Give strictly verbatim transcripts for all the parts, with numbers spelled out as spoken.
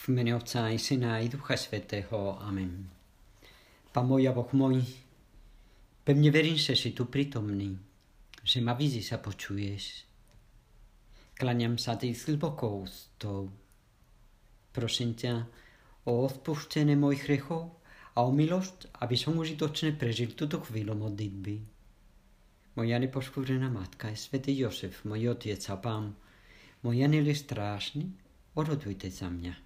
V jménu Otce i Syna i Ducha Svatého. Amen. Pán môj a Boh môj, pevne verím, že si tu prítomný, že ma vidíš a počuješ. Kláňam sa ti s hlbokou úctou. Prosím ťa o odpuštenie mojich hriechov a o milosť, aby som užitočne prežil túto chvíľu modlitby. Moja nepoškvrnená matka je svätý Jozef, môj otec a pán, môj anjel je strážny, orodujte za mňa.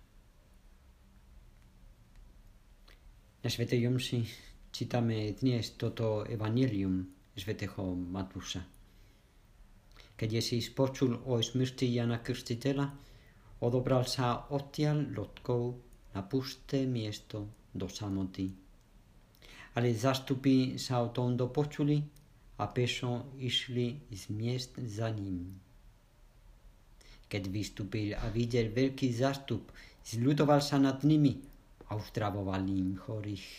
Na svätej omši čítame dnes toto evangelium svätého Matúša. Keď Ježíš počul o smrti Jana Krstiteľa, odobral sa odtiaľ lodkou na pusté miesto do samoty. Ale zástupy sa o tom dopočuli a pešo išli z miest za ním. Keď vystúpil a videl veľký zástup, zľudoval sa nad nimi a uzdravoval im chorých.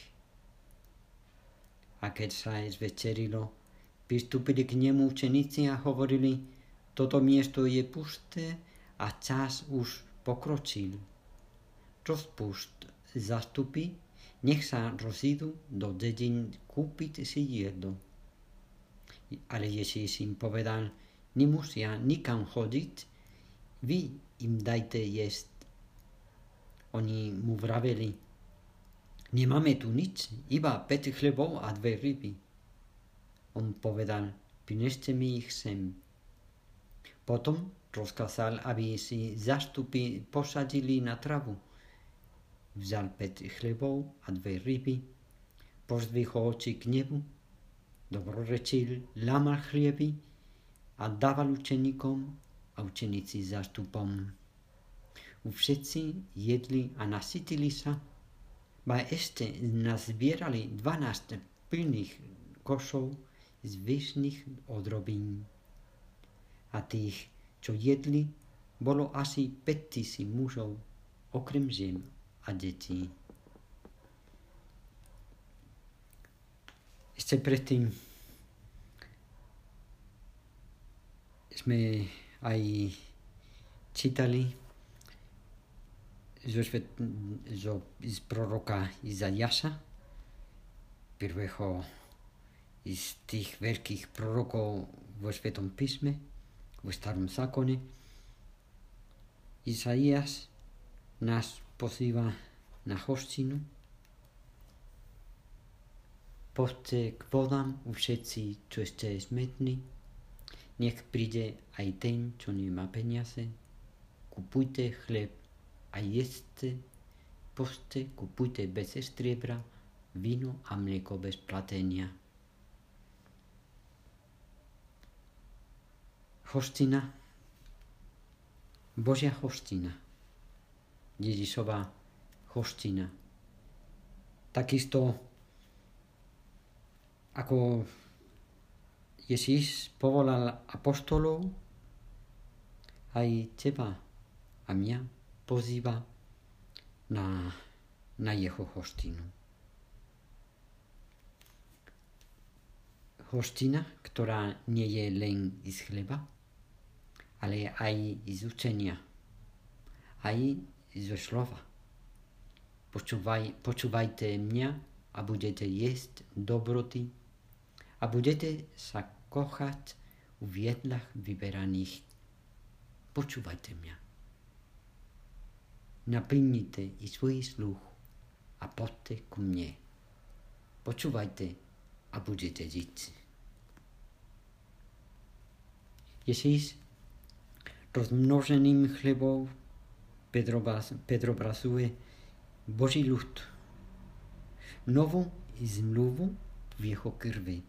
A keď sa zvečerilo, pristúpili k nemu učeníci a hovorili: toto miesto je pusté a čas už pokročil. Rozpúšť zástupy, nech sa rozídu do dedín kúpiť si jedlo. Ale Ježíš im povedal: nemusia nikam chodiť, vy im dajte jesť. Oni mu vraveli: nemáme tu nič, iba päť chlebov a dve ryby. On povedal: prineste mi ich sem. Potom rozkázal, aby si zástupy posadili na travu. Vzal päť chlebov a dve ryby, pozdvihol oči k nebu, dobrorečil, lámal chlieby a dával učeníkom a učeníci zástupom. Všetci jedli a nasytili sa, ba ešte nazbierali dvanásť plných košov z vyšných odrobín. A tých, čo jedli, bolo asi päťtisíc mužov, okrem žien a detí. Ešte predtým sme aj čítali z proroka Izaiáša, prvého z tých veľkých prorokov vo Svetom písme, vo Starom zákone. Izaiáš nás pozýva na hostinu. Poďte k vodám všetci, čo ste smední, nech príde aj ten, čo nemá peniaze. Kupujte chleb a jedzte, poďte, kupujte bez striebra, víno a mlieko bez platenia. Hostina, Božia hostina, Ježišova hostina. Takisto ako Ježíš povolal apoštolov, aj teba a mňa pozýva na, na jeho hostinu. Hostina, ktorá nie je len z chleba, ale aj z učenia, aj zo slova. Počúvaj, počúvajte mňa a budete jesť dobroty a budete sa kochať v jedlách vyberaných. Počúvajte mňa. Naplnite i svoj sluch a poďte ku mne. Počúvajte a budete žiť. Ježíš rozmnožením chlebov predobrazuje Boží ľud, novú zmluvu v jeho krvi.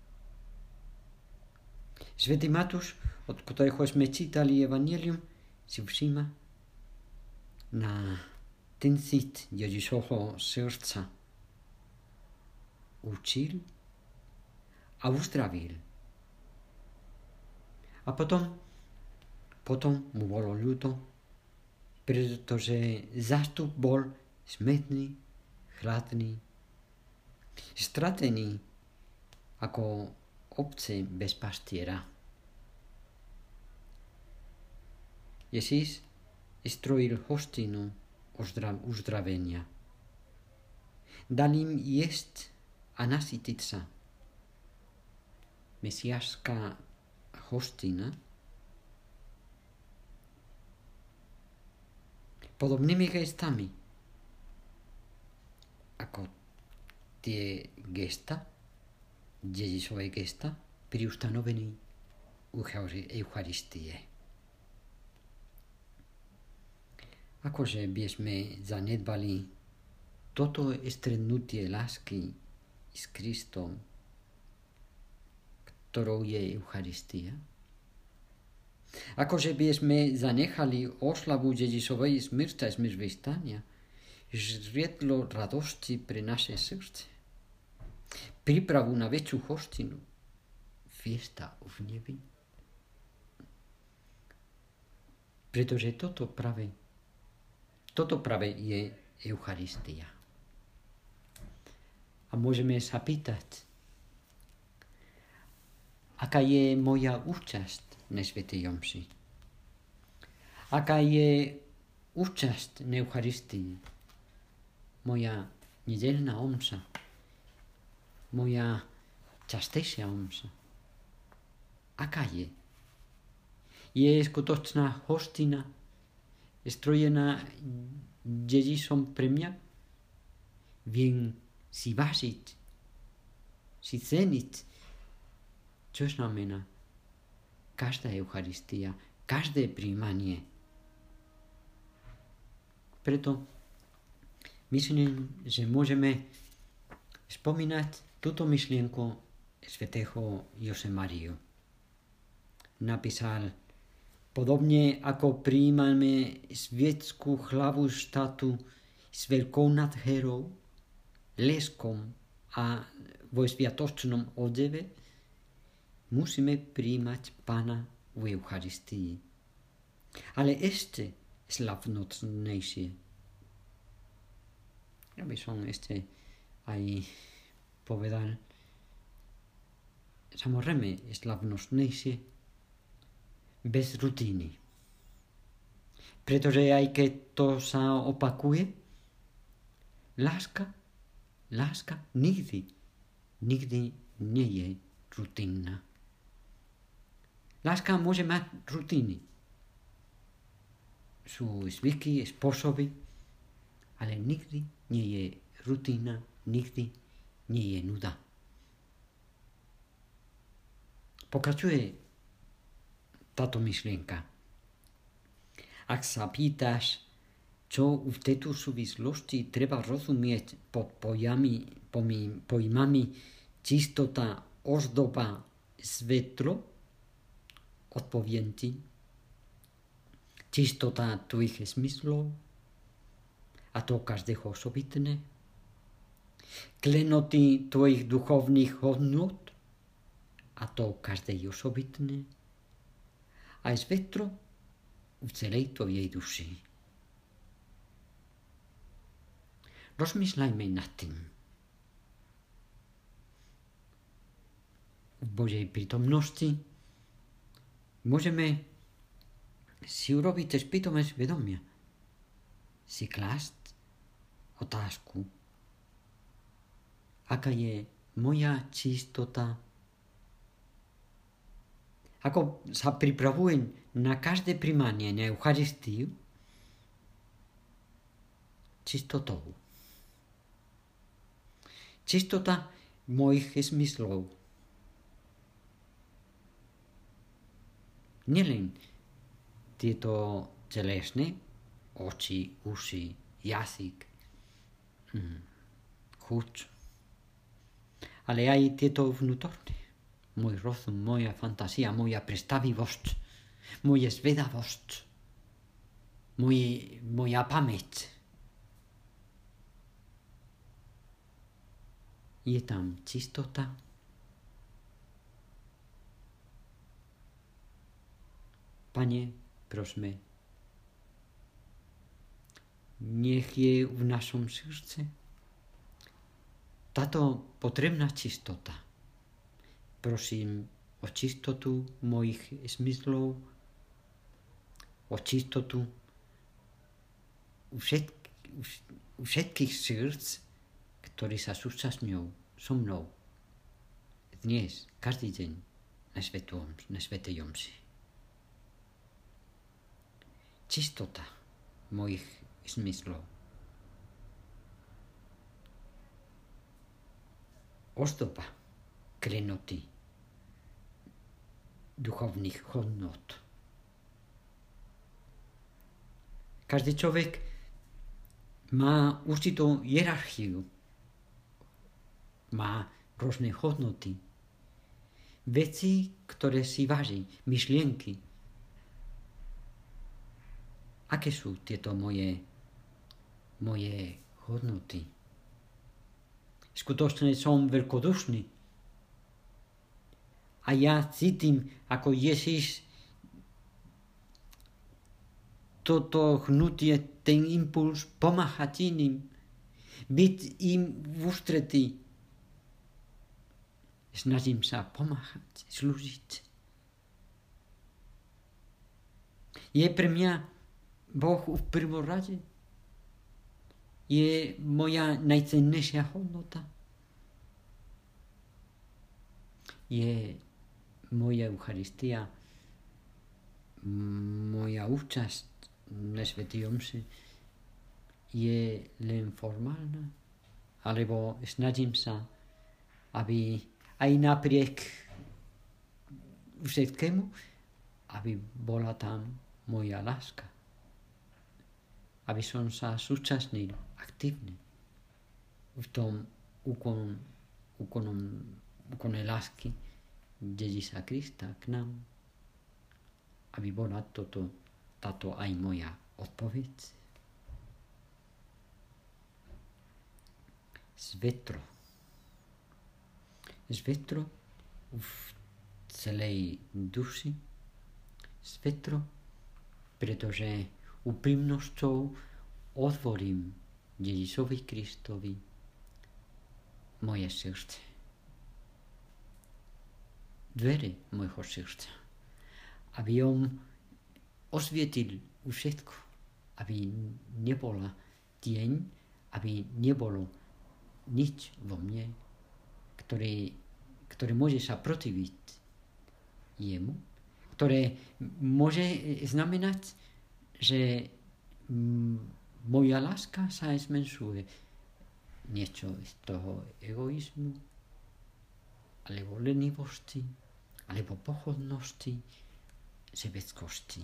Svätý Matúš, od ktorého sme čítali evangelium, si všíma na ten cit Ježišovho srdca. Učil a uzdravil. A potom, potom mu bolo ľúto, pretože zástup bol smedný, chladný, stratený ako ovce bez pastiera. Ježíš strojil hostinu uzdravenia. Dal im jesť a nasytiť sa. Mesiašská hostina podobnými gestami ako tie gesta, Ježišové gesta, pri ustanovení Eucharistie. Akože by sme zanedbali toto stretnutie lásky s Kristom, ktorou je Eucharistia? Akože by sme zanechali oslavu Ježišovej smrti a zmŕtvychvstania, žriedlo radosti pre naše srdce, prípravu na väčšiu hostinu, fiesta v nebi. Pretože toto práve, toto práve je Eucharistia. A môžeme sa pýtať, aká je moja účasť na svätej omši? Aká je účasť na Eucharistii? Moja nedeľná omša? Moja častejšia omša? Aká je? Je skutočná hostina strojená Ježišom pre mňa? Viem si vážiť, si ceniť, čo znamená každá Eucharistia, každé príjmanie. Preto myslím, že môžeme spomínať túto myšlienku svätého Josemariu. Napísal, podobne ako prijímame svetskú hlavu štátu s veľkou nadherou, leskom a vo sviatočnom odeve, musíme prijímať Pána v Eucharistii. Ale ešte slavnostnejšie. Ja by som ešte aj povedal, samozrejme slavnostnejšie, bez rutiny. Pretože aj keď to sa opakuje, láska, láska nikdy, nikdy nie je rutinná. Láska môže mať rutiny. Sú zvyky, spôsoby, ale nikdy nie je rutina, nikdy nie je nuda. Pokračuje táto myšlienka. Ak sa pýtaš, čo v tejto súvislosti treba rozumieť pod pojami, pojmami čistota, ozdoba, svetlo, odpoviem ti, čistota tvojich zmyslov, a to každého osobitné, klenoty tvojich duchovných hodnot, a to každej osobitné, aj svetlo v celej tvojej duši. Rozmýšľajme nad tým. V Božej prítomnosti môžeme si urobiť spýtome svedomia. Si klásť otázku, aká je moja čistota, ako sa pripravujem na každé príjmanie, na Eucharistiu, čistotou. Čistota mojich zmyslov. Nielen tieto telesné, oči, uši, jazyk, hm, chuť, ale aj tieto vnútorné. Môj rozum, moja fantázia, moja predstavivosť, moja zvedavosť, moje, moja pamäť. Je tam čistota? Pane, prosme, nech je v našom srdce táto potrebná čistota. Prosím o čistotu mojich zmyslov, o čistotu u všetkých srdc, ktorí sa súčasňujú so mnou dnes, každý deň na, svetom, na svätej omši. Čistota mojich zmyslov. Ozdoba klenoty duchovných hodnot. Každý človek má určitú hierarchiu, má rôzne hodnoty, veci, ktoré si váži, myšlienky. Aké sú tieto moje, moje hodnoty? Skutočne som veľkodušný. A ja cítim, ako Ježiš toto hnutie, ten impuls pomáhať iným, byť im v ústretí. Snažím sa pomáhať, slúžiť. Je pre mňa Boh v prvom rade. Je moja najcennejšia hodnota. Je moja Eucharistia, moja účasť na svätej omši je len formálna, alebo snažím sa, aby aj napriek všetkému, aby bola tam moja láska. Aby som sa súčasnil aktívne v tom úkon, úkonom, úkone lásky Ježíša Krista k nám. Aby bola toto, táto aj moja odpoveď. Svetlo. Svetlo v celej duši. Svetlo, pretože úprimnosťou otvorím Ježišovi Kristovi moje srdce. Dvere mojho srdca. Aby on osvietil všetko. Aby nebola tieň, aby nebolo nič vo mne, ktoré, ktoré môže sa protiviť jemu, ktoré môže znamenať, že moja láska sa zmenšuje. Niečo z toho egoizmu, alebo lenivosti, alebo pochodnosti, sebeckosti.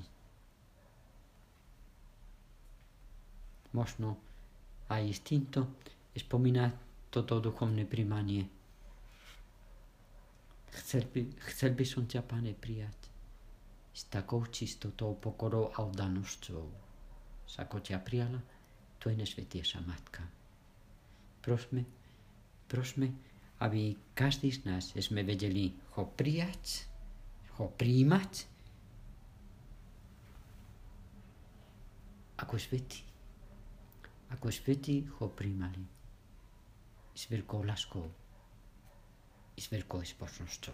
Možno aj s týmto spomínať toto duchovné príjmanie. Chcel by, chcel by som ťa, Pane, prijať s takou čistotou, pokorou a oddanosťou, ako ťa prijala tvoja najsvätejšia Matka. Prosme, prosme, aby každý z nás sme vedeli ho prijať, ho prijímať ako svätý. Ako svätí ho prijímali s veľkou láskou i s veľkou spoločnosťou.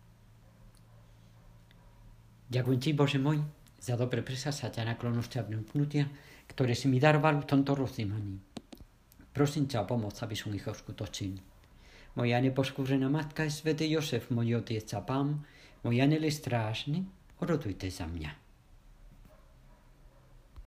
Ďakujem ti, Bože môj, za dobre presadia naklonosť a vnúknutia, ktoré si mi daroval v tomto rozjímaní. Prosím ťa o pomoc, aby som ich uskutočil. Moja nepoškúžená Matka je svätý Jozef, môj Otec a Pán, môj anjel strážny, orodujte za mňa.